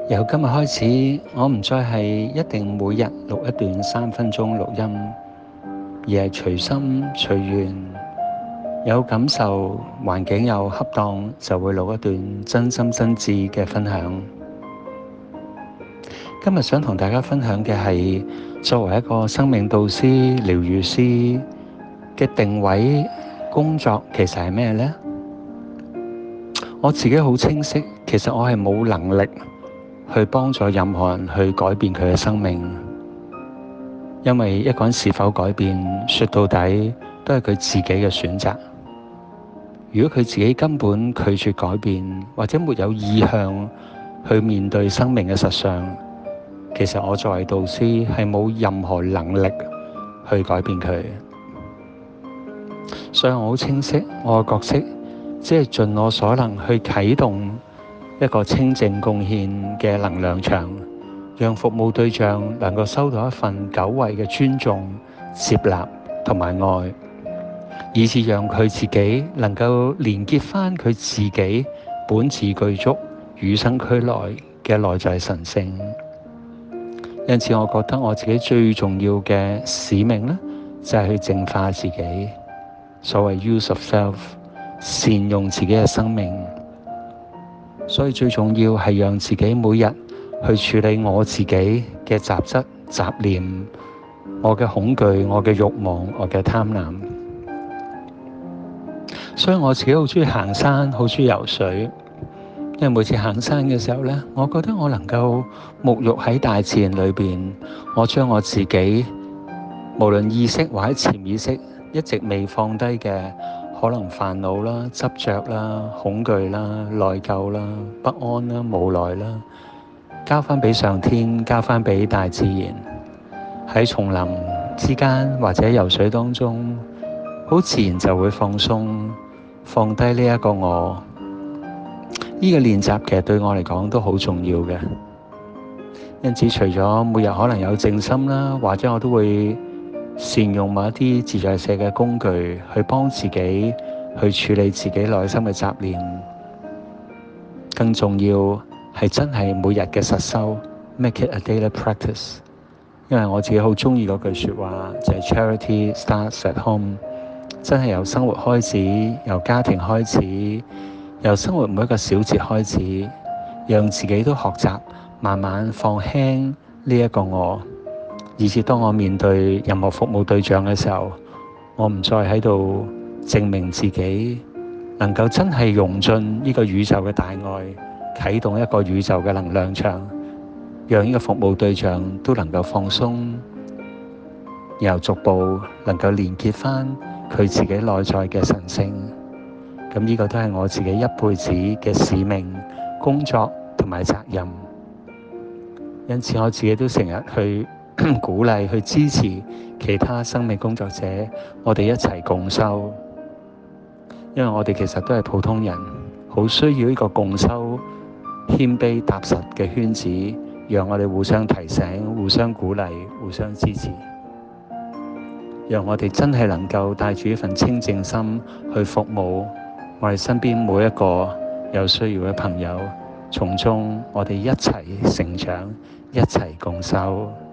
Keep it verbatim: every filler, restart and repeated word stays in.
由今日開始，我唔再係一定每日錄一段三分鐘錄音，而係隨心隨緣，有感受，環境又恰當，就會錄一段真心真摯嘅分享。今日想同大家分享嘅係，作為一個生命導師、療癒師嘅定位工作，其實係咩呢？我自己好清晰，其實我係冇能力去幫助任何人去改變佢嘅生命，因為一個人是否改變，說到底都係佢自己嘅選擇。如果佢自己根本拒絕改變，或者沒有意向去面對生命嘅實相，其實我作為導師係冇任何能力去改變佢。所以我好清晰，我嘅角色只係盡我所能去啟動一個清淨貢獻嘅能量場，讓服務對象能夠收到一份久違嘅尊重、接納同埋愛，以至讓佢自己能夠連結返佢自己本自具足、與生俱來嘅內在神性。因此，我覺得我自己最重要嘅使命呢，就係去淨化自己，所謂 use of self， 善用自己嘅生命。所以最重要係讓自己每日去處理我自己嘅雜質、雜念，我嘅恐懼、我嘅慾望、我嘅貪婪。所以我自己好鍾意行山，好鍾意游水。因為每次行山嘅時候呢，我覺得我能夠沐浴喺大自然裏邊，我將我自己無論意識或者潛意識一直未放低嘅可能煩惱啦、執着啦、恐懼啦、內疚啦、不安啦、無奈啦，交翻俾上天，交翻俾大自然。喺叢林之間或者游水當中，好自然就會放鬆，放低呢一個我。呢個練習其實對我嚟講都好重要嘅。因此除咗每日可能有靜心啦，或者我都會善用某一啲自在社嘅工具去幫自己去處理自己內心嘅雜念。更重要係真係每日嘅實修 ，make it a daily practice。因為我自己好鍾意嗰句説話，就係 Charity starts at home。真係由生活開始，由家庭開始，由生活每一個小節開始，讓自己都學習慢慢放輕呢一個我。以至當我面對任何服務對象嘅時候，我唔再喺度證明自己能夠真係融進呢個宇宙嘅大愛，啟動一個宇宙嘅能量場，讓呢個服務對象都能夠放鬆，然後逐步能夠連結返佢自己內在嘅神性。咁呢個都係我自己一輩子嘅使命、工作同埋責任。因此我自己都成日去鼓勵去支持其他生命工作者，我哋一齊共修。因為我哋其實都係普通人，好需要呢個共修、謙卑踏實嘅圈子，讓我哋互相提醒、互相鼓勵、互相支持，讓我哋真係能夠帶住一份清淨心去服務我哋身邊每一個有需要嘅朋友，從中我哋一齊成長，一齊共修。